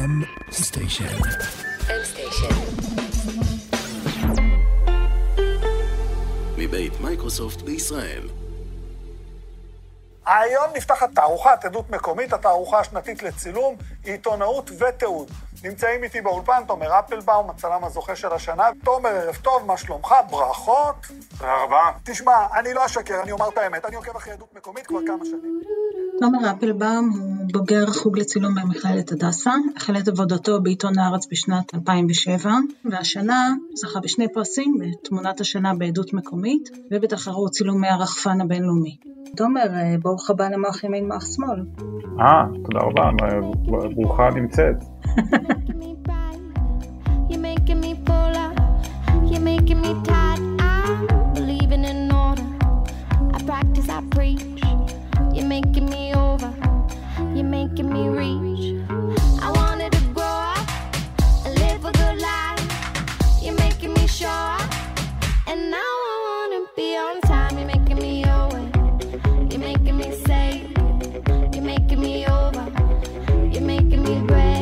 M-Station. מבית מייקרוסופט בישראל. היום נפתחת תערוכת עדות מקומית, התערוכה השנתית לצילום, עיתונאות ותיעוד. נמצאים איתי באולפן תומר אפלבאום, הצלם הזוכה של השנה. תומר, ערב טוב, מה שלומך? ברכות. תודה רבה. תשמע, אני לא אשקר, אני אומר את האמת, אני עוקב אחרי עדות מקומית כבר כמה שנים. תומר אפלבאום הוא בוגר חוג לצילום במכללת הדסה, החל את עבודתו בעיתון הארץ בשנת 2007, והשנה זכה בשני פרסים, בתמונת השנה בעדות מקומית, ובתחרות צילומי הרחפן הבינלאומי. תומר, ברוך הבא למוח ימין מוח שמאל. תודה רבה, ברוכה נמצאת. You're making me pull up, you're making me tight, I'm believing in order, I practice, I preach, you're making me over, you're making me reach, I wanted to grow up and live a good life, you're making me show up, and now I wanna be on time, you're making me over, you're making me safe, you're making me over, you're making me great.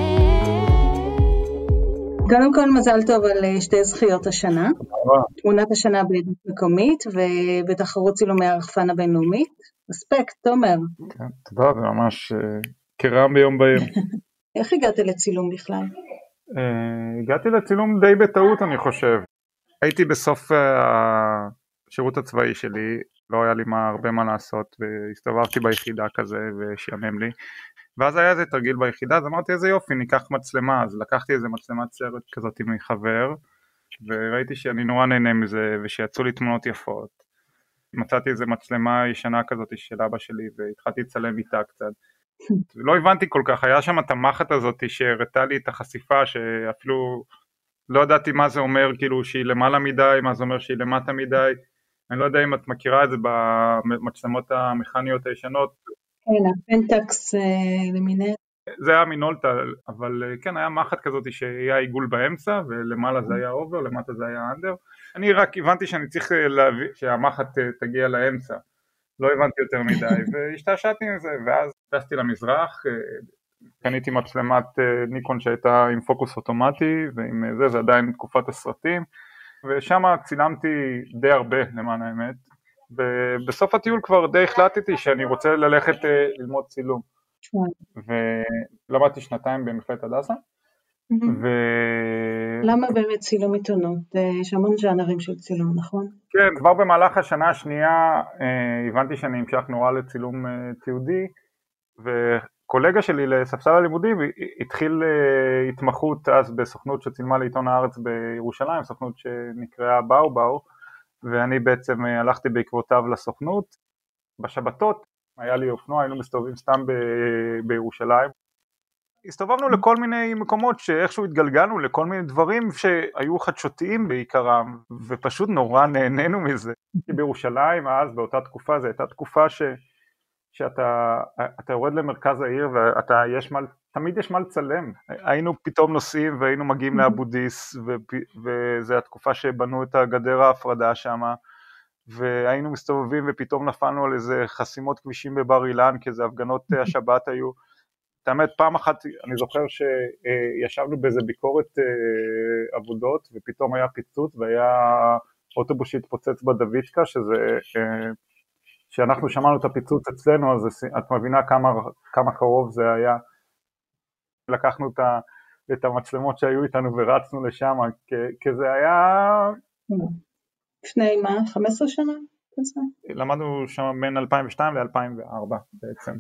קודם כל מזל טוב על שתי זכיות השנה, תמונת השנה בעדות מקומית ובתחרות צילומי הרחפן הבינלאומית. אספקט, תומר. כן, תודה, זה ממש קרם ביום בהיר. איך הגעת לצילום בכלל? הגעתי לצילום די בטעות אני חושב. הייתי בסוף השירות הצבאי שלי, לא היה לי הרבה מה לעשות, והסתובבתי ביחידה כזה ושיאמם לי. ואז היה איזה תרגיל ביחידה, אז אמרתי איזה יופי, ניקח מצלמה, אז לקחתי איזה מצלמת סרט כזאת מחבר, וראיתי שאני נורא נהנה מזה, ושיצאו לי תמונות יפות. מצאתי איזה מצלמה ישנה כזאת של אבא שלי, והתחלתי לצלם איתה קצת. לא הבנתי כל כך, היה שם את המחט הזאת שהראתה לי את החשיפה, שאפילו לא ידעתי מה זה אומר, כאילו שהיא למעלה מדי, מה זה אומר שהיא למטה מדי, אני לא יודע אם את מכירה את זה במצלמות המכניות הישנות, כן, הפנטקס למיניהם. זה היה מינולטה, אבל כן, היה מחט כזאת שהיה עיגול באמצע, ולמעלה זה היה אובר, למטה זה היה אנדר. אני רק הבנתי שאני צריך להביא, שהמחט תגיע לאמצע. לא הבנתי יותר מדי, והשתעשעתי עם זה, ואז טסתי למזרח, קניתי מצלמת ניקון שהייתה עם פוקוס אוטומטי, ועם זה עדיין תקופת הסרטים, ושם צילמתי די הרבה למען האמת, ובסוף הטיול כבר די החלטתי שאני רוצה ללכת ללמוד צילום, ולמדתי 2 במכללת הדסה. למה באמת צילום עיתונות? יש המון ז'אנרים של צילום, נכון? כן, כבר במהלך השנה השנייה הבנתי שאני המשך נורא לצילום תיעודי, וקולגה שלי לספסל הלימודים התחיל התמחות אז בסוכנות שצילמה לעיתון הארץ בירושלים, סוכנות שנקראה באו, ואני בעצם הלכתי בעקבותיו לסוכנות. בשבתות היה לי אופנוע, היינו מסתובבים סתם בירושלים. הסתובבנו לכל מיני מקומות שאיכשהו התגלגלנו לכל מיני דברים שהיו חדשותיים בעיקרם, ופשוט נורא נהנינו מזה. כי בירושלים אז באותה תקופה, זו הייתה תקופה שאתה יורד למרכז העיר תמיד יש מה לצלם. היינו פתאום נוסעים והיינו מגיעים לאבודיס, וזו התקופה שבנו את הגדר ההפרדה שם, והיינו מסתובבים ופתאום נפלנו על איזה חסימות כבישים בבר אילן, כי זה הפגנות השבת היו. האמת, פעם אחת אני זוכר שישבנו באיזה ביקורת עבודות, ופתאום היה פיצוץ, והיה אוטובוס שהתפוצץ בדוידקה, שאנחנו שמענו את הפיצוץ אצלנו, אז את מבינה כמה קרוב זה היה. לקחנו את המצלמות שהיו איתנו ורצנו לשם, כי זה היה... לפני מה? 15 שנה? למדנו שם בין 2002 ל-2004 בעצם.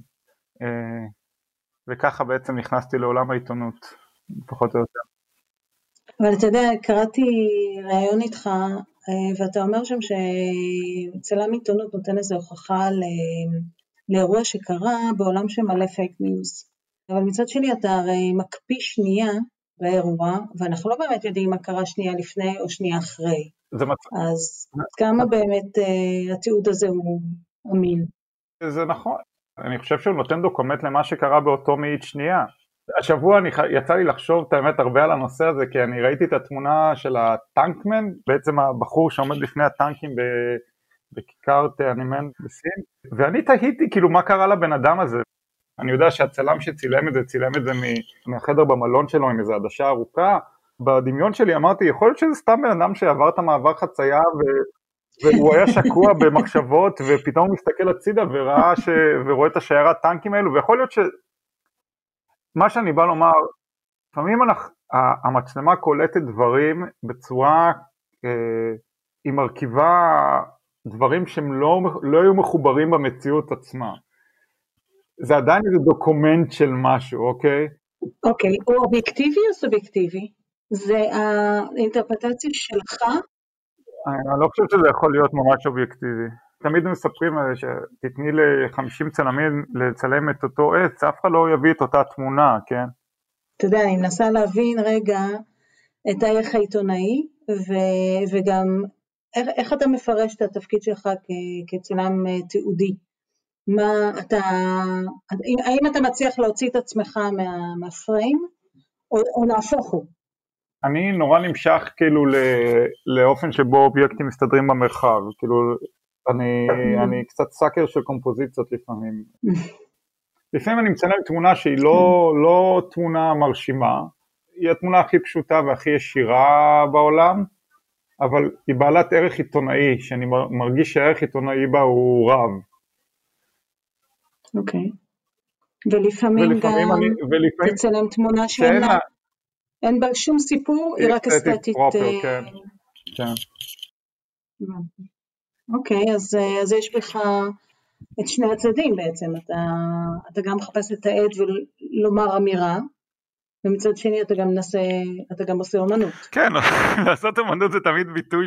וככה בעצם נכנסתי לעולם העיתונות, פחות או יותר. אבל אתה יודע, קראתי ראיון איתך, ואתה אומר שם שצלם עיתונות נותן איזו הוכחה לאירוע שקרה בעולם שמלא פייק ניוז. אבל מצד שני אתה הרי מקפיא שנייה באירוע, ואנחנו לא באמת יודעים מה קרה שנייה לפני או שנייה אחרי. אז כמה באמת התיעוד הזה הוא אמין? זה נכון. אני חושב שהוא נותן דוקומנט למה שקרה באותו מאית שנייה. השבוע יצא לי לחשוב את האמת הרבה על הנושא הזה, כי אני ראיתי את התמונה של הטנקמן, בעצם הבחור שעומד לפני הטנקים בכיכר תיאנמן בסין, ואני תהיתי כאילו מה קרה לבן אדם הזה. אני יודע שהצלם שצילם את זה, צילם את זה מהחדר במלון שלו עם איזו עדשה ארוכה, בדמיון שלי אמרתי, יכול להיות שזה סתם בן אדם שעבר את המעבר חצייה, והוא היה שקוע במחשבות, ופתאום הוא מסתכל הצידה ורואה את השיירת טנקים האלו, ויכול להיות מה שאני בא לומר, לפעמים המצלמה קולטת דברים בצורה, היא מרכיבה דברים שהם לא היו מחוברים במציאות עצמה. זה עדיין איזה דוקומנט של משהו, אוקיי? אוקיי, הוא אובייקטיבי או סובייקטיבי? זה האינטרפרטציה שלך? אני לא חושב שזה יכול להיות ממש אובייקטיבי. תמיד מספרים שתתני ל50 צלמים לצלם את אותו עץ, אף אחד לא יביא את אותה תמונה, כן? אתה יודע, אני מנסה להבין רגע את הערך העיתונאי, וגם איך אתה מפרש את התפקיד שלך כצלם תיעודי? האם אתה מצליח להוציא את עצמך מהפריים, או להפוך הוא? אני נורא נמשך כאילו לאופן שבו אובייקטים מסתדרים במרחב, כאילו אני קצת סאקר של קומפוזיציות לפעמים. לפעמים אני מצלם תמונה שהיא לא תמונה מרשימה, היא התמונה הכי פשוטה והכי ישירה בעולם, אבל היא בעלת ערך עיתונאי, שאני מרגיש שהערך עיתונאי בה הוא רב. אוקיי. ולפעמים גם תצלם תמונה שאין בה שום סיפור, היא רק אסתטית. כן. אוקיי, אז יש בך את שני הצדדים בעצם, אתה גם מחפש את העד ולומר אמירה, ומצד שני אתה גם עושה אומנות. כן, לעשות אומנות זה תמיד ביטוי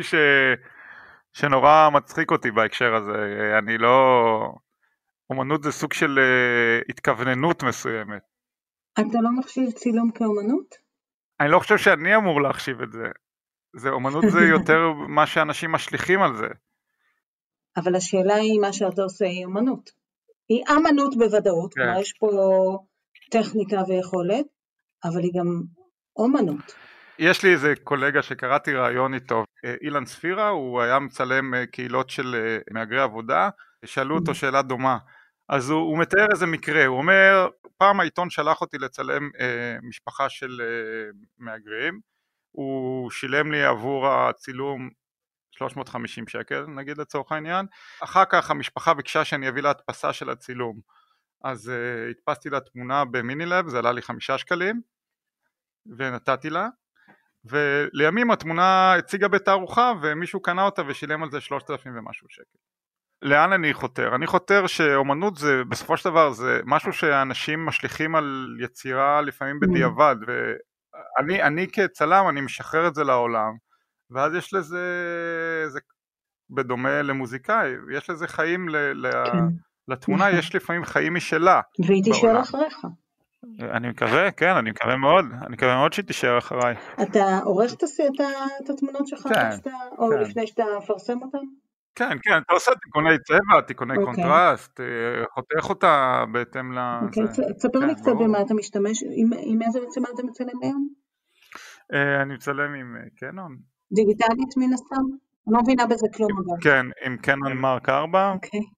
שנורא מצחיק אותי בהקשר הזה, אני לא... אומנות זה סוג של התכווננות מסוימת. אתה לא מחשיב צילום כאומנות? אני לא חושב שאני אמור להחשיב את זה. אומנות זה יותר מה שאנשים משליכים על זה. אבל השאלה היא מה שאתה עושה היא אומנות. היא אמנות בוודאות, כן. כלומר יש פה טכניקה ויכולת, אבל היא גם אומנות. יש לי איזה קולגה שקראתי רעיון איתו, אילן ספירה, הוא היה מצלם קהילות של מהגרי עבודה, שאלו אותו שאלה דומה, אז הוא מתאר איזה מקרה, הוא אומר, פעם העיתון שלח אותי לצלם משפחה של מהגרים, הוא שילם לי עבור הצילום 350 שקל, נגיד לצורך העניין, אחר כך המשפחה ביקשה שאני אביא לה הדפסה של הצילום, אז הדפסתי לה תמונה במיני-לב, זה עלה לי 5 שקלים, ונתתי לה, ולימים התמונה הציגה בתערוכה, ומישהו קנה אותה ושילם על זה 3,000 ומשהו שקל. לאן אני חותר? אני חותר שאומנות זה, בסופו של דבר, זה משהו שאנשים משליכים על יצירה לפעמים בדיעבד, ואני כצלם, אני משחרר את זה לעולם, ואז יש לזה, זה בדומה למוזיקאי, יש לזה חיים לתמונה, יש לפעמים חיים משלה. והיא תישאר אחריך. אני מקווה, כן, אני מקווה מאוד שהיא תישאר אחריי. אתה עורך את התמונות שלך, או לפני שאתה מפרסם אותן? כן, אתה עושה תיקוני צבע, תיקוני קונטרסט, חותך אותה בהתאם לזה. תספר לי קצת במה אתה משתמש, עם איזה מצלמה אתה מצלם היום? אני מצלם עם קנון. דיגיטלית מן הסתם? אני לא מבינה בזה כלום. כן, עם קנון מרק 4,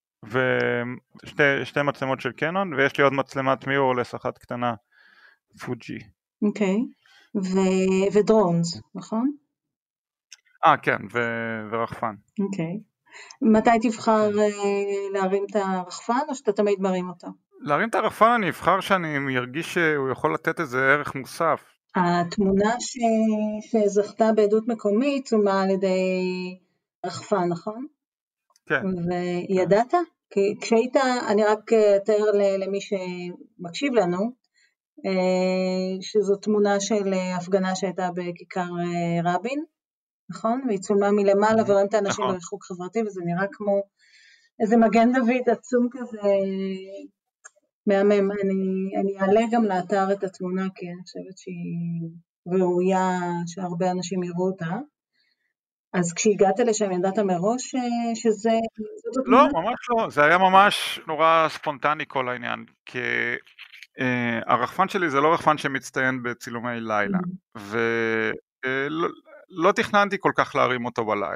ושתי מצלמות של קנון, ויש לי עוד מצלמת מירורלס אחת קטנה, פוג'י. אוקיי, ודרונס, נכון? כן, ורחפן. אוקיי. מתי תבחר להרים את הרחפן, או שאתה תמיד מרים אותו? להרים את הרחפן אני אבחר שאני ארגיש שהוא יכול לתת איזה ערך מוסף. התמונה שזכתה בעדות מקומית צולמה על ידי רחפן, נכון? כן. וידעת? כי כשהיית, אני רק אתאר למי שמקשיב לנו, שזו תמונה של הפגנה שהייתה בכיכר רבין, נכון? והיא צולמה מלמעלה ורואים את האנשים בריחוק חברתי, וזה נראה כמו איזה מגן דוד עצום כזה מהמם. אני אעלה גם לאתר את התמונה, כי אני חושבת שהיא ראויה שהרבה אנשים יראו אותה. אז כשהגעת לשם ידעת מראש שזה... לא, ממש לא, זה היה ממש נורא ספונטני כל העניין, כי הרחפן שלי זה לא רחפן שמצטיין בצילומי לילה, ולא תכננתי כל כך להרים אותו בלילה,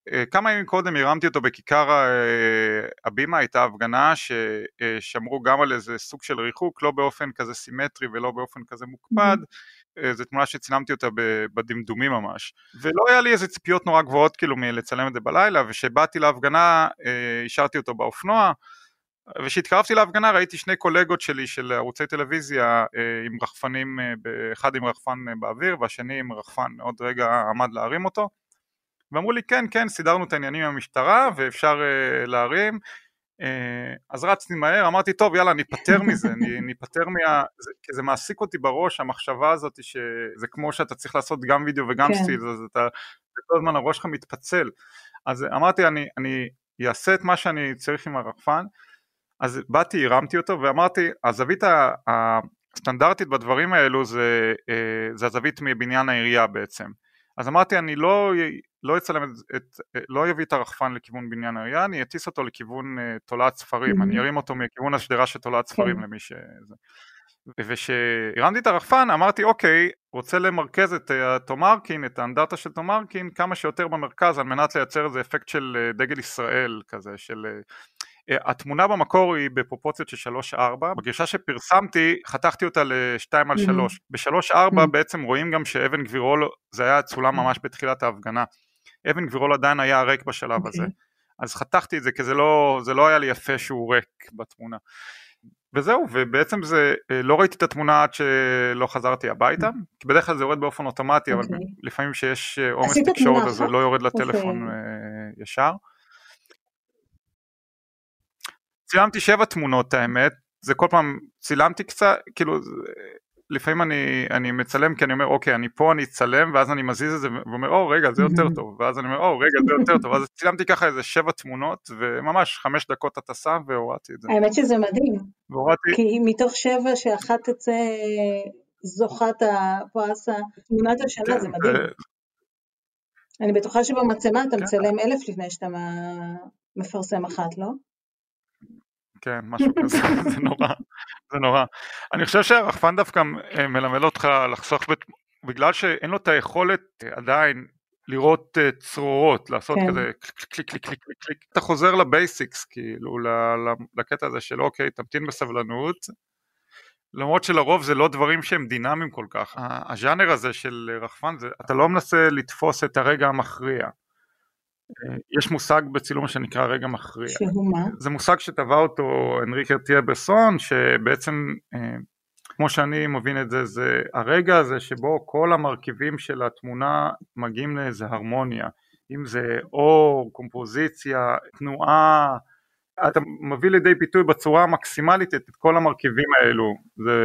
כמה ימים קודם הרמתי אותו בכיכר הבימה, הייתה הפגנה ששמרו גם על איזה סוג של ריחוק, לא באופן כזה סימטרי ולא באופן כזה מוקפד, זו תמונה שצילמתי אותה בדמדומים ממש, ולא היה לי איזה ציפיות נורא גבוהות כאילו מלצלם את זה בלילה, ושבאתי להפגנה השארתי אותו באופנוע, ושהתקרבתי להפגנה ראיתי שני קולגות שלי של ערוצי טלוויזיה עם רחפנים, אחד עם רחפן באוויר והשני עם רחפן, עוד רגע עמד להרים אותו, ואמרו לי כן, כן, סידרנו את העניינים עם המשטרה ואפשר להרים, אז רצתי מהר, אמרתי טוב יאללה ניפטר מזה, ניפטר כי זה מעסיק אותי בראש, המחשבה הזאת שזה כמו שאתה צריך לעשות גם וידאו וגם סטיל, אז אתה כל הזמן הראש שלך מתפצל, אז אמרתי אני אעשה את מה שאני צריך עם הרחפן, אז באתי, הרמתי אותו ואמרתי, הזווית הסטנדרטית בדברים האלו זה הזווית מבניין העירייה בעצם, אז אמרתי אני לא אצלם לא יביא את הרחפן לכיוון בניין העירייה, אני אטיס אותו לכיוון תולעת ספרים, אני ארים אותו מכיוון השדרה של תולעת ספרים למי שזה. ושהרמתי את הרחפן אמרתי אוקיי, רוצה למרכז את תומרקין, את האנדרטה של תומרקין כמה שיותר במרכז על מנת לייצר איזה אפקט של דגל ישראל כזה, של התמונה במקור היא בפרופורציות של 3-4, בגרשה שפרסמתי חתכתי אותה ל2-3, ב3-4 בעצם רואים גם שאבן גבירול, זה היה צולם ממש בתחילת ההפגנה, אבן גבירול עדיין היה ריק בשלב הזה, אז חתכתי את זה כי זה לא היה לי יפה שהוא ריק בתמונה, וזהו, ובעצם זה, לא ראיתי את התמונה עד שלא חזרתי הביתה, כי בדרך כלל זה יורד באופן אוטומטי, אבל לפעמים שיש עומס תקשורת אז זה לא יורד לטלפון ישר. צילמתי 7 תמונות האמת, זה כל פעם צילמתי קצת, כאילו לפעמים אני מצלם כי אני אומר אוקיי אני פה אני אצלם ואז אני מזיז את זה ואומר רגע זה יותר טוב, ואז אני אומר רגע זה יותר טוב, אז צילמתי ככה איזה 7 תמונות וממש 5 דקות הטסה והורדתי את זה. האמת שזה מדהים, כי מתוך 7 שאחת תצא זוכת הפרס תמונת השנה, זה מדהים. אני בטוחה שבמצלמה אתה מצלם 1000 לפני שאתה מפרסם אחת, לא? כן, משהו כזה, זה נורא. אני חושב שהרחפן דווקא מלמד אותך לחסוך, בגלל שאין לו את היכולת עדיין לראות צרורות, לעשות כזה קליק, קליק, קליק, קליק, אתה חוזר לבייסיקס, כאילו, לקטע הזה של אוקיי, תמתין בסבלנות, למרות שלרוב זה לא דברים שהם דינמיים כל כך. הז'אנר הזה של רחפן, אתה לא מנסה לתפוס את הרגע המכריע. יש מושג בצילום שנקרא רגע מכריע. שהוא מה? זה מושג שטבע אותו אנרי קרטייה-בסון, שבעצם, כמו שאני מבין את זה, זה הרגע הזה שבו כל המרכיבים של התמונה מגיעים לאיזה הרמוניה, אם זה אור, קומפוזיציה, תנועה, אתה מביא לידי ביטוי בצורה המקסימלית את כל המרכיבים האלו,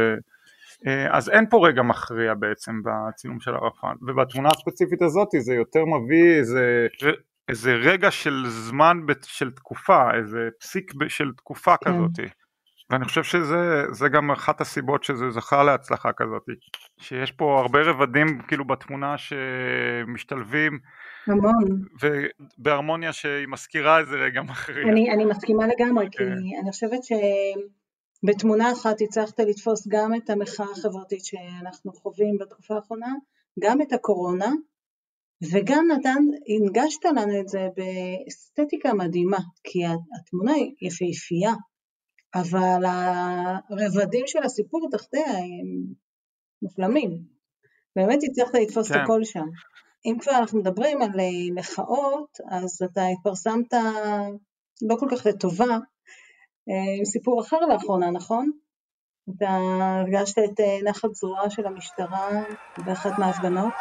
אז אין פה רגע מכריע בעצם בצילום של הרחפן, ובתמונה הספציפית הזאת זה יותר מביא איזה רגע של זמן של תקופה, איזה פסיק של תקופה כזאת, ואני חושב שזה גם אחת הסיבות שזה זכה להצלחה כזאת, שיש פה הרבה רבדים כאילו בתמונה שמשתלבים, המון. ובהרמוניה שהיא מזכירה איזה רגע מכריע. אני מסכימה לגמרי, כי אני חושבת שבתמונה אחת הצלחת לתפוס גם את המחאה החברתית שאנחנו חווים בתקופה האחרונה, גם את הקורונה, וגם הנגשת לנו את זה באסתטיקה מדהימה, כי התמונה היא יפהפייה, אבל הרבדים של הסיפור תחתיה הם מופלמים. באמת הצלחת לתפוס את הכל שם. אם כבר אנחנו מדברים על מחאות, אז אתה התפרסמת לא כל כך לטובה, עם סיפור אחר לאחרונה, נכון? אתה הרגשת את נחת זרועה של המשטרה באחת מההפגנות?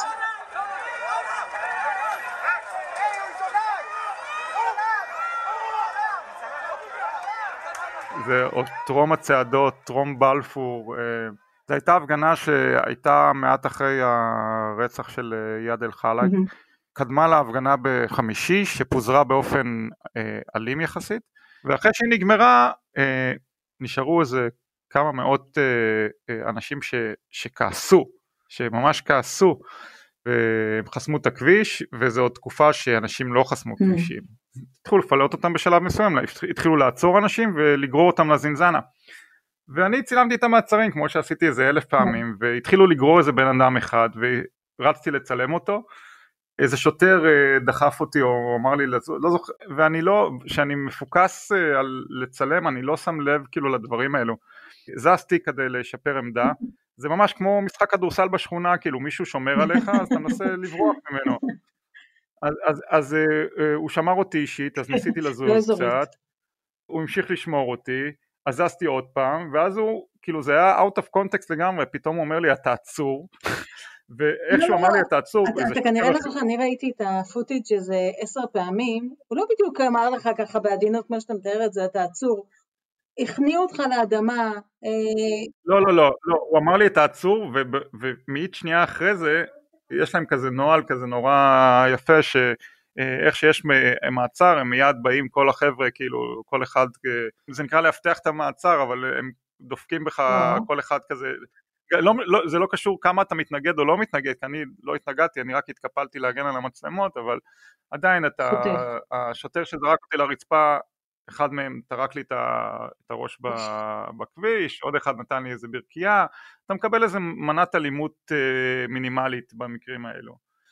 זה טרום הצעדות, טרום בלפור, זו הייתה הפגנה שהייתה מעט אחרי הרצח של יד אל חלק, קדמה להפגנה בחמישי שפוזרה באופן אלים יחסית, ואחרי שהיא נגמרה נשארו איזה כמה מאות אנשים שכעסו, שממש כעסו, והם חסמו את הכביש, וזו עוד תקופה שאנשים לא חסמו כבישים. התחילו לפלט אותם בשלב מסוים, התחילו לעצור אנשים ולגרור אותם לזינזנה. ואני צילמתי את המעצרים, כמו שעשיתי איזה 1000 פעמים, והתחילו לגרור איזה בן אדם אחד, ורצתי לצלם אותו, איזה שוטר דחף אותי או אמר לי, לא זוכר, ואני לא, שאני מפוקס על לצלם, אני לא שם לב כאילו לדברים האלו. זזתי כדי לשפר עמדה, זה ממש כמו משחק כדורסל בשכונה, כאילו מישהו שומר עליך, אז אתה מנסה לברוח ממנו. אז הוא שמר אותי אישית, אז ניסיתי לזוז קצת, הוא המשיך לשמור אותי, אז זזתי עוד פעם, ואז הוא, כאילו זה היה out of context לגמרי, פתאום הוא אומר לי, אתה עצור, ואיך שהוא אמר לי, אתה עצור. אתה כנראה לא זוכר, אני ראיתי את הפוטיג' איזה 10 פעמים, הוא לא בדיוק אמר לך ככה בעדינות, כמו שאתה מתאר את זה, אתה עצור, הכניעו אותך לאדמה. לא, הוא אמר לי, אתה עצור, ומאית שנייה אחרי זה, יש להם כזה נועל כזה נורא יפה, שאיך שיש מעצר, הם מיד באים כל החבר'ה, כאילו כל אחד, זה נקרא להפתח את המעצר, אבל הם דופקים בך כל אחד כזה, זה לא קשור כמה אתה מתנגד או לא מתנגד, כי אני לא התנגדתי, אני רק התקפלתי להגן על המצלמות, אבל עדיין השוטר שזרק אותי לרצפה, אחד מהם טרק לי את הראש בכביש, עוד אחד נתן לי איזה ברקייה, אתה מקבל איזה מנת אלימות מינימלית במקרים האלו.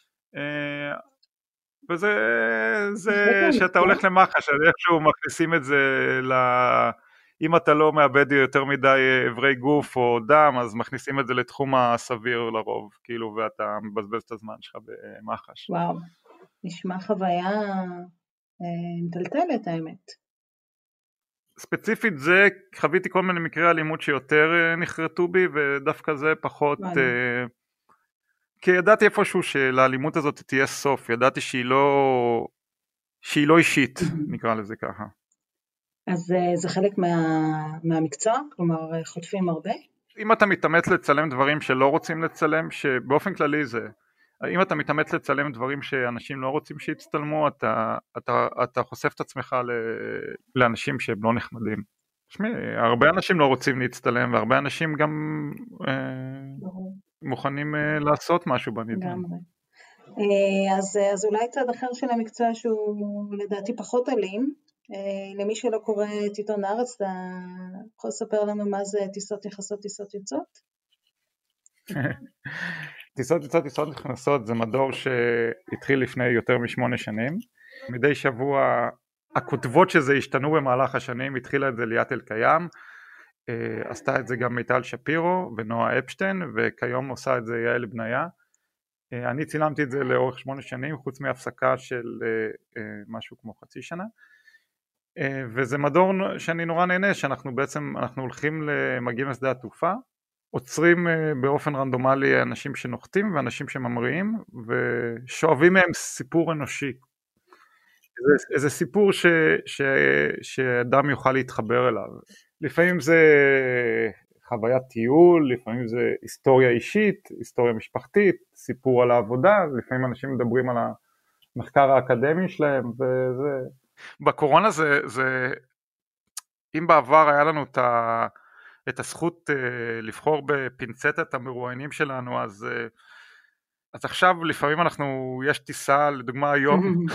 וזה שאתה הולך למח"ש, איכשהו מכניסים את זה, אם אתה לא מאבד יותר מדי אברי גוף או דם, אז מכניסים את זה לתחום הסביר לרוב, כאילו, ואתה מבזבז את הזמן שלך במח"ש. וואו, נשמע חוויה מטלטלת האמת. ספציפית זה, חוויתי כל מיני מקרי אלימות שיותר נחרטו בי, ודווקא זה פחות, כי ידעתי איפשהו שלאלימות הזאת תהיה סוף, ידעתי שהיא לא אישית, נקרא לזה ככה. אז זה חלק מהמקצוע? כלומר, חוטפים הרבה? אם אתה מתאמץ לצלם דברים שלא רוצים לצלם, שבאופן כללי זה, אם אתה מתאמץ לצלם דברים שאנשים לא רוצים שיצטלמו, אתה חושף את עצמך לאנשים שהם לא נחמדים. תשמעי, הרבה אנשים לא רוצים להצטלם, והרבה אנשים גם מוכנים לעשות משהו בנידון. אז אולי צד אחר של המקצוע שהוא לדעתי פחות אלים, למי שלא קורא את עיתון הארץ, אתה יכול לספר לנו מה זה טיסות נכנסות, טיסות יוצאות? טיסות יוצאות, טיסות נכנסות, זה מדור שהתחיל לפני יותר מ8 שנים. מדי שבוע הכותבות שזה השתנו במהלך השנים, התחילה את זה ליאת אלקיים, עשתה את זה גם מיטל שפירו ונועה אפשטיין, וכיום עושה את זה יעל בניה. אני צילמתי את זה לאורך 8 שנים, חוץ מהפסקה של משהו כמו חצי שנה. וזה מדור שאני נורא נהנה, שאנחנו בעצם, אנחנו מגיעים לשדה התעופה, עוצרים באופן רנדומלי אנשים שנוחתים ואנשים שממריאים, ושואבים מהם סיפור אנושי. איזה סיפור שאדם יוכל להתחבר אליו. לפעמים זה חוויית טיול, לפעמים זה היסטוריה אישית, היסטוריה משפחתית, סיפור על העבודה, לפעמים אנשים מדברים על המחקר האקדמי שלהם, וזה... בקורונה זה, אם בעבר היה לנו את הזכות לבחור בפינצטת המרואיינים שלנו, אז עכשיו לפעמים יש טיסה, לדוגמה היום,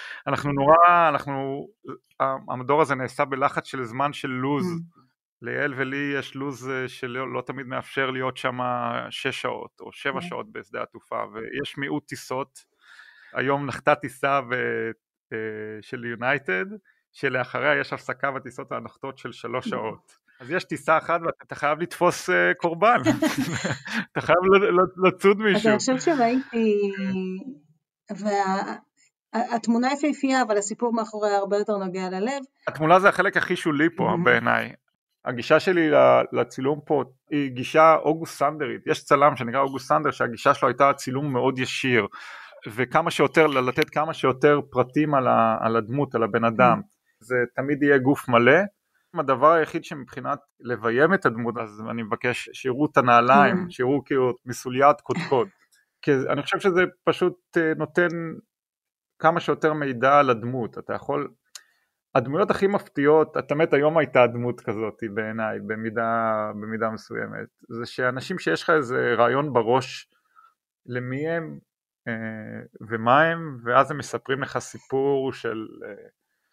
המדור הזה נעשה בלחץ של זמן של לוז, ליאל ולי יש לוז שלא תמיד מאפשר להיות שם 6 שעות או 7 שעות בשדה התעופה, ויש מיעוט טיסות, היום נחתה טיסה של יונייטד, שלאחריה יש הפסקה בטיסות הנוחתות של 3 שעות. אז יש טיסה אחת ואתה חייב לתפוס קורבן, אתה חייב לצוד מישהו. אז אני חושבת שראיתי, והתמונה יפהפייה, אבל הסיפור מאחורי הרבה יותר נוגע ללב. התמונה זה החלק הכי שולי פה בעיניי. הגישה שלי לצילום פה היא גישה אוגוסט סנדרית. יש צלם שנקרא אוגוסט סנדר, שהגישה שלו הייתה צילום מאוד ישיר, וכמה שיותר, לתת כמה שיותר פרטים על הדמות, על הבן אדם. זה תמיד יהיה גוף מלא. הדבר היחיד שמבחינת לביים את הדמות, אז אני מבקש שיראו את הנעליים, שיראו כאילו מסוליית קודקוד. כי אני חושב שזה פשוט נותן כמה שיותר מידע על הדמות. אתה יכול, הדמויות הכי מפתיעות, באמת היום הייתה דמות כזאת בעיניי, במידה מסוימת. זה שאנשים שיש לך איזה רעיון בראש למי הם ומה הם, ואז הם מספרים לך סיפור של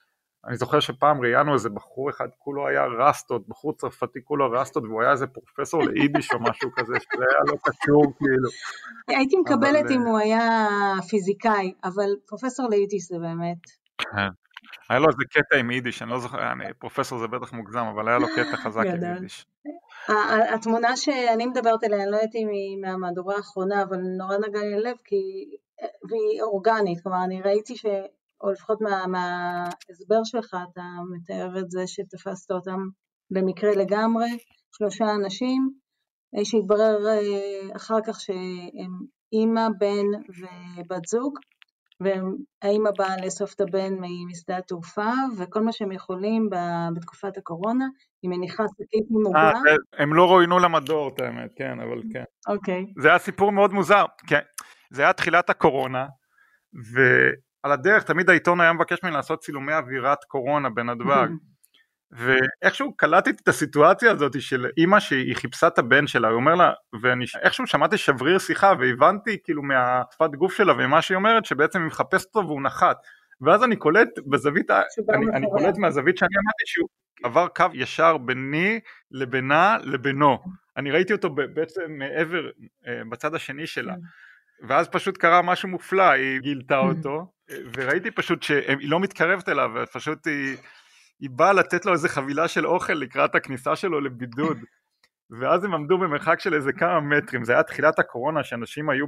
אני זוכר שפעם ראיינו איזה בחור אחד, כולו היה רסטות, בחור צרפתי כולו רסטות, והוא היה איזה פרופסור ליידיש או משהו כזה, שזה היה לא קשור כאילו. הייתי מקבלת אם הוא היה פיזיקאי, אבל פרופסור ליידיש זה באמת. היה לו איזה קטע עם יידיש, אני לא זוכר, פרופסור זה בטח מוגזם, אבל היה לו קטע חזק עם יידיש. התמונה שאני מדברת עליה, אני לא הייתי מהמהדורה האחרונה, אבל נורא נגע לי ללב, והיא אורגנית, כלומר אני ראיתי או לפחות מההסבר שלך, אתה מתאר את זה שתפסת אותם במקרה לגמרי, 3 אנשים, שהתברר אחר כך שהם אמא, בן ובת זוג, והאמא באה לאסוף את הבן משדה התעופה, וכל מה שהם יכולים בתקופת הקורונה, היא מניחה שקית ממוגע. הם לא רואינו למדור, את האמת, כן, אבל כן. אוקיי. זה היה סיפור מאוד מוזר, כן. זה היה תחילת הקורונה, ועל הדרך תמיד העיתון היה מבקש ממני לעשות צילומי אווירת קורונה בנתב"ג, ואיכשהו קלטתי את הסיטואציה הזאת של אמא שהיא חיפשה את הבן שלה, הוא אומר לה, ואיכשהו שמעתי שבריר שיחה, והבנתי כאילו מהשפת גוף שלה, ומה שהיא אומרת, שבעצם היא מחפשת אותו והוא נחת, ואז אני קולט בזווית, אני קולט מהזווית שאני אמרתי שהוא עבר קו ישר ביני לבינה לבינו, אני ראיתי אותו בעצם מעבר, בצד השני שלה, ואז פשוט קרה משהו מופלא, היא גילתה אותו, וראיתי פשוט שהיא לא מתקרבת אליו, ופשוט היא באה לתת לו איזה חבילה של אוכל לקראת הכניסה שלו לבידוד, ואז הם עמדו במרחק של איזה כמה מטרים, זה היה תחילת הקורונה, שאנשים היו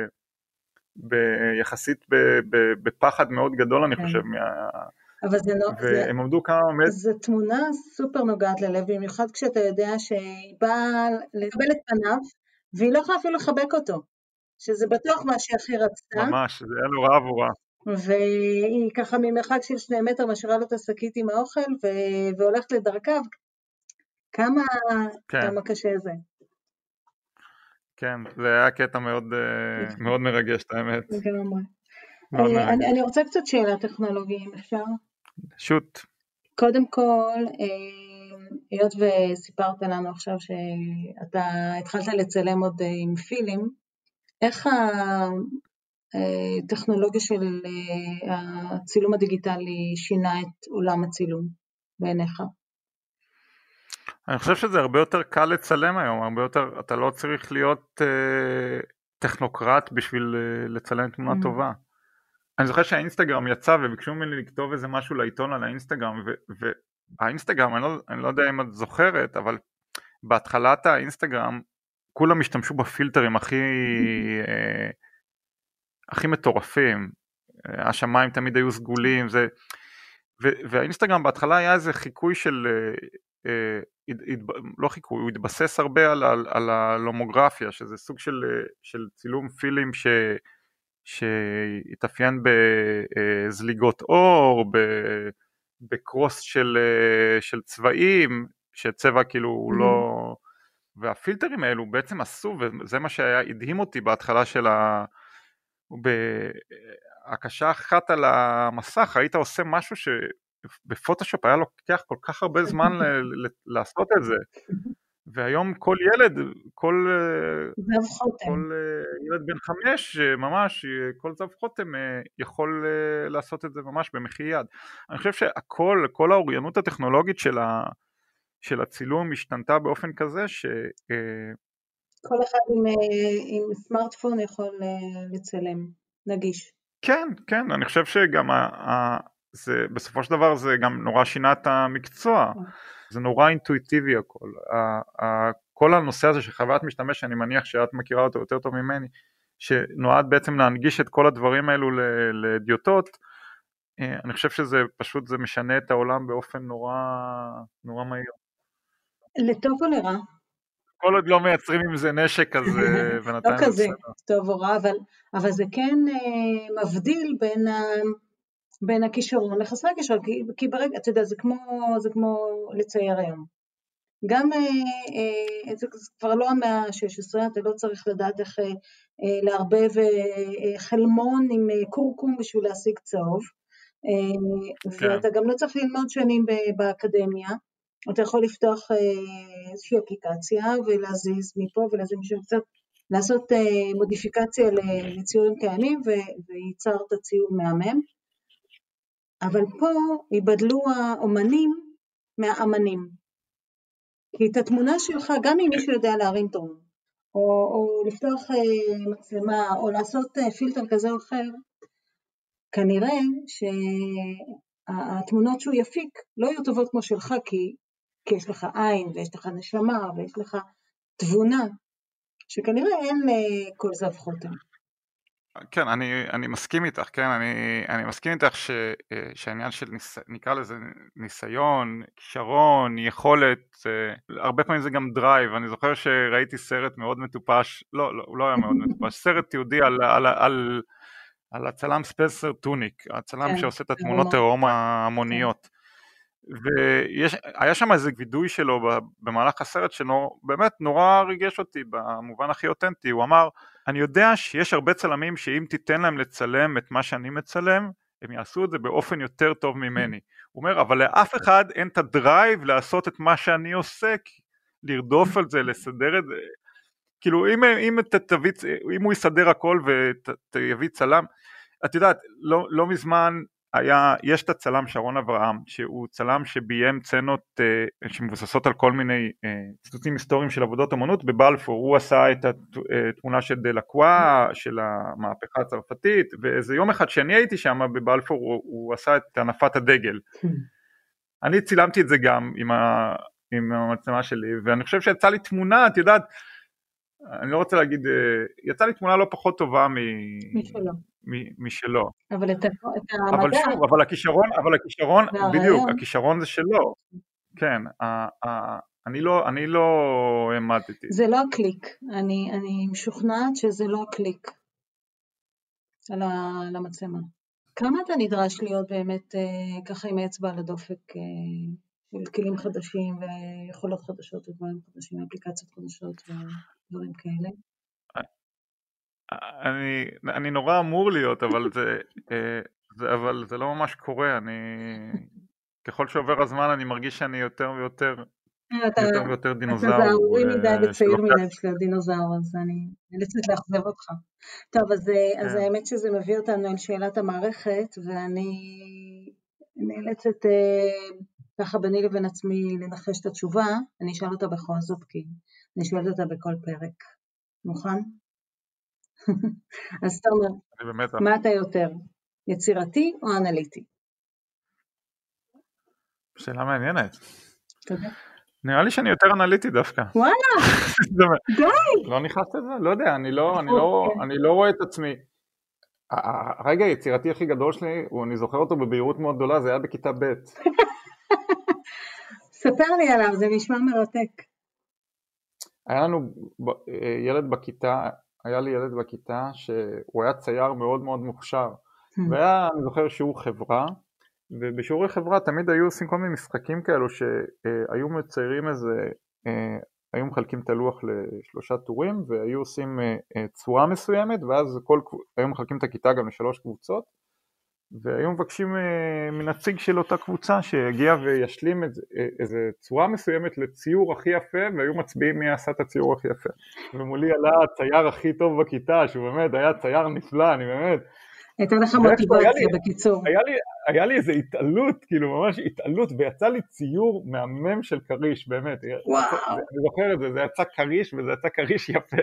יחסית בפחד מאוד גדול, אני חושב, והם עמדו כמה מטרים. זו תמונה סופר נוגעת ללב, במיוחד כשאתה יודע שהיא באה לקבל את פניו, והיא לא יכולה אפילו לחבק אותו. שזה בטוח מה שהכי רצתה. ממש, זה היה נורא עבורה. והיא ככה ממרחק של 2 מטר משאירה לו את השקית עם האוכל, והולכת לדרכיו. כמה קשה זה. כן, זה היה קטע מאוד מרגש, האמת. אני רוצה קצת שאלה טכנולוגית, אם אפשר? שוט. קודם כל, היות וסיפרת לנו עכשיו שאתה התחלת לצלם עוד עם פילים, איך הטכנולוגיה של הצילום הדיגיטלי שינה את עולם הצילום בעיניך? אני חושב שזה הרבה יותר קל לצלם היום, הרבה יותר, אתה לא צריך להיות טכנוקרט בשביל לצלם תמונה טובה. אני זוכר שהאינסטגרם יצא וביקשו ממני לכתוב איזה משהו לעיתון על האינסטגרם, והאינסטגרם, אני לא יודע אם את זוכרת, אבל בהתחלת האינסטגרם, כולם השתמשו בפילטרים הכי מטורפים, השמיים תמיד היו סגולים, והאינסטגרם בהתחלה היה איזה חיקוי של, לא חיקוי, הוא התבסס הרבה על הלומוגרפיה, שזה סוג של צילום פילים שהתאפיין בזליגות אור, בקרוס של צבעים, שצבע כאילו הוא לא... והפילטרים האלו בעצם עשו, וזה מה שהדהים אותי בהתחלה של בהקשה אחת על המסך, היית עושה משהו שבפוטושופ היה לוקח כל כך הרבה זמן לעשות את זה, והיום כל ילד, כל ילד בן 5, ממש, כל זב חותם יכול לעשות את זה ממש במחי יד. אני חושב שהכל, כל האוריינות הטכנולוגית של הצילום השתנתה באופן כזה כל אחד עם סמארטפון יכול לצלם, נגיש. כן, כן, אני חושב שגם בסופו של דבר זה גם נורא שינה את המקצוע, זה נורא אינטואיטיבי הכל, כל הנושא הזה שחוויית משתמש, אני מניח שאת מכירה אותו יותר טוב ממני, שנועד בעצם להנגיש את כל הדברים האלו לדיוטות, אני חושב שזה פשוט, זה משנה את העולם באופן נורא מהיר. לטוב או לרע? כל עוד לא מייצרים עם זה נשק, אז בינתיים לא כזה, טוב או רע, אבל זה כן מבדיל בין הכישרון לחסרי הכישרון, כי ברגע, אתה יודע, זה כמו לצייר היום. גם, זה כבר לא המאה ה-16, אתה לא צריך לדעת איך לערבב חלמון עם קורקום בשביל להשיג צהוב, ואתה גם לא צריך ללמוד שנים באקדמיה, אתה יכול לפתוח איזושהי אפליקציה ולהזיז מפה ולהזיז משהו קצת, לעשות מודיפיקציה לציורים קיימים וייצרת ציור מהמם. אבל פה ייבדלו האומנים מהאמנים. כי את התמונה שלך, גם אם מישהו יודע להרים טוב, או לפתוח מצלמה, או לעשות פילטר כזה או אחר, כנראה שהתמונות שהוא יפיק לא יהיו טובות כמו שלך, כי יש לך עין, ויש לך נשמה, ויש לך תבונה, שכנראה אין כל זב חותם. כן, אני מסכים איתך, כן, אני מסכים איתך שהעניין של נקרא לזה ניסיון, כישרון, יכולת, הרבה פעמים זה גם דרייב. אני זוכר שראיתי סרט מאוד מטופש, הוא לא היה מאוד מטופש, סרט יהודי על הצלם ספנסר טוניק, הצלם שעושה את התמונות העירום ההמוניות. והיה שם איזה וידוי שלו במהלך הסרט שבאמת נורא ריגש אותי במובן הכי אותנטי. הוא אמר, אני יודע שיש הרבה צלמים שאם תיתן להם לצלם את מה שאני מצלם, הם יעשו את זה באופן יותר טוב ממני. הוא אומר, אבל לאף אחד אין את הדרייב לעשות את מה שאני עושה, לרדוף על זה, לסדר את זה. כאילו אם הוא יסדר הכל ויביא צלם, את יודעת, לא מזמן יש את הצלם שרון אברהם, שהוא צלם שביים צנות שמבוססות על כל מיני ציטוטים היסטוריים של עבודות אומנות בבלפור. הוא עשה את התמונה של דלקווה, של המהפכה הצרפתית, ואיזה יום אחד שאני הייתי שם בבלפור, הוא עשה את הנפת הדגל. אני צילמתי את זה גם עם המצלמה שלי, ואני חושב שיצא לי תמונה, את יודעת, אני לא רוצה להגיד, יצא לי תמונה לא פחות טובה משלו. אבל את המדע... אבל שוב, אבל הכישרון, בדיוק, הכישרון זה שלו. כן, אני לא העמדתי. זה לא הקליק, אני משוכנעת שזה לא הקליק על המצלמה. כמה אתה נדרש להיות באמת ככה עם האצבע על הדופק של כלים חדשים ויכולות חדשות ודברים חדשים, אפליקציות חדשות ודברים כאלה? אני נורא אמור להיות, אבל זה לא ממש קורה. ככל שעובר הזמן אני מרגיש שאני יותר ויותר דינוזאור. אתה זהורי מדי וצעיר מדי של הדינוזאור, אז אני נאלצת לאכזב אותך. טוב, אז האמת שזה מביא אותנו אל שאלת המערכת, ואני נאלצת ככה ביני לבין עצמי לנחש את התשובה. אני אשאל אותה בכל זאת, כי אני שואלת אותה בכל פרק. מוכן? אז תומר, מה אתה יותר? יצירתי או אנליטי? שאלה מעניינת. תודה. נראה לי שאני יותר אנליטי דווקא. וואלה, די. לא נכנסת לזה? לא יודע, אני לא רואה את עצמי. הרגע היצירתי הכי גדול שלי, אני זוכר אותו בבהירות מאוד גדולה, זה היה בכיתה ב'. ספר לי עליו, זה נשמע מרתק. היה לנו ילד בכיתה, היה לי ילד בכיתה שהוא היה צייר מאוד מאוד מוכשר, אני זוכר שיעור חברה, ובשיעורי חברה תמיד היו עושים כל מיני משחקים כאלו שהיו מציירים היו מחלקים את הלוח לשלושה טורים, והיו עושים צורה מסוימת, ואז היו מחלקים את הכיתה גם לשלוש קבוצות, והיו מבקשים מנציג של אותה קבוצה שיגיע וישלים איזה צורה מסוימת לציור הכי יפה, והיו מצביעים מי עשה את הציור הכי יפה. ומולי עלה הצייר הכי טוב בכיתה, שהוא באמת היה צייר נפלא, אני באמת... הייתה לך מוטיבציה בקיצור. היה לי איזה התעלות, כאילו ממש התעלות, ויצא לי ציור מהמם של קריש, באמת. וואו. אני זוכר את זה, זה יצא קריש, וזה יצא קריש יפה.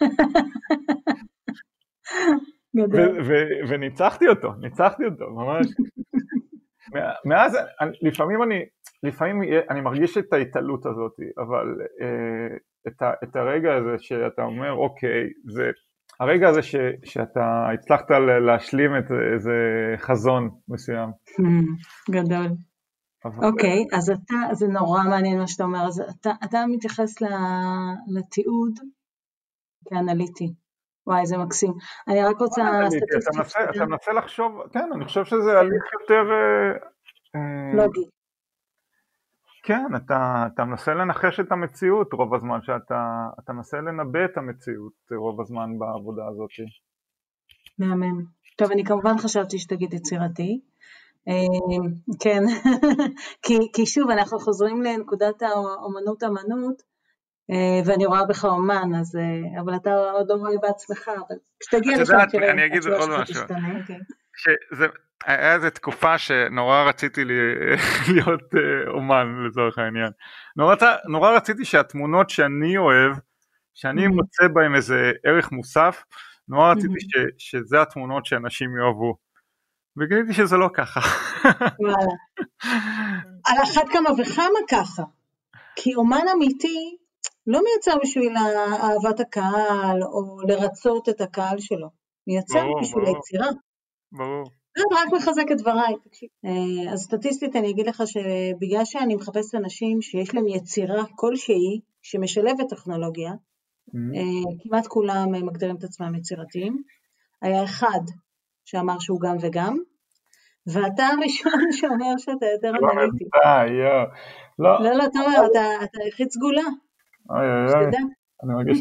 וניצחתי אותו, ממש. מאז, לפעמים אני מרגיש את ההתעלות הזאת, אבל את הרגע הזה שאתה אומר, אוקיי, זה הרגע הזה שאתה הצלחת להשלים את איזה חזון מסוים. גדול. אוקיי, אז זה נורא מעניין מה שאתה אומר, אז אתה מתייחס לתיעוד כאנליטי. וואי, זה מקסים. אני רק רוצה... אתה מנסה לחשוב, כן, אני חושב שזה הליך יותר... לוגי. כן, אתה מנסה לנחש את המציאות רוב הזמן, אתה מנסה לנבא את המציאות רוב הזמן בעבודה הזאת. מהמם. טוב, אני כמובן חשבתי שתגיד יצירתי. כן, כי שוב, אנחנו חוזרים לנקודת האומנות, ואני רואה בך אומן, אבל אתה עוד לא רואה בעצמך, אבל כשתגיע לשם תראה, אני אגיד עוד משהו. היה איזו תקופה שנורא רציתי להיות אומן לצורך העניין. נורא רציתי שהתמונות שאני אוהב, שאני מוצא בהם איזה ערך מוסף, נורא רציתי שזה התמונות שאנשים יאהבו. וגיליתי שזה לא ככה. וואלה. על אחת כמה וכמה ככה. כי אומן אמיתי לא מייצר בשביל אהבת הקהל, או לרצות את הקהל שלו. מייצר בשביל היצירה. ברור. רק מחזק את דבריי. אז סטטיסטית אני אגיד לך שבגלל שאני מחפשת אנשים שיש להם יצירה כלשהי, שמשלבת טכנולוגיה, כמעט כולם מגדירים את עצמם יצירתיים. היה אחד שאמר שהוא גם וגם, ואתה הראשון שאומר שאתה יותר אנליטי. לא, תומר, אתה יחיד סגולה. שתדע. אני מרגיש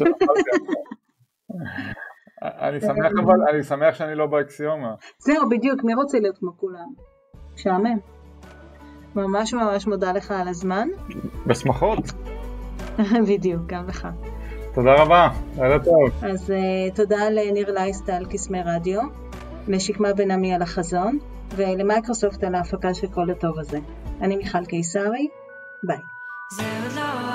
אני שמח שאני לא באקסיומה. זהו, בדיוק, מי רוצה להיות כמו כולם? שעמם. ממש ממש מודה לך על הזמן. בשמחות. בדיוק, גם לך. תודה רבה, לילה טוב. אז תודה לניר לייסט על קסמי רדיו, לשקמה בן עמי על החזון, ולמייקרוסופט על ההפקה של כל הטוב הזה. אני מיכל קיסרי, ביי.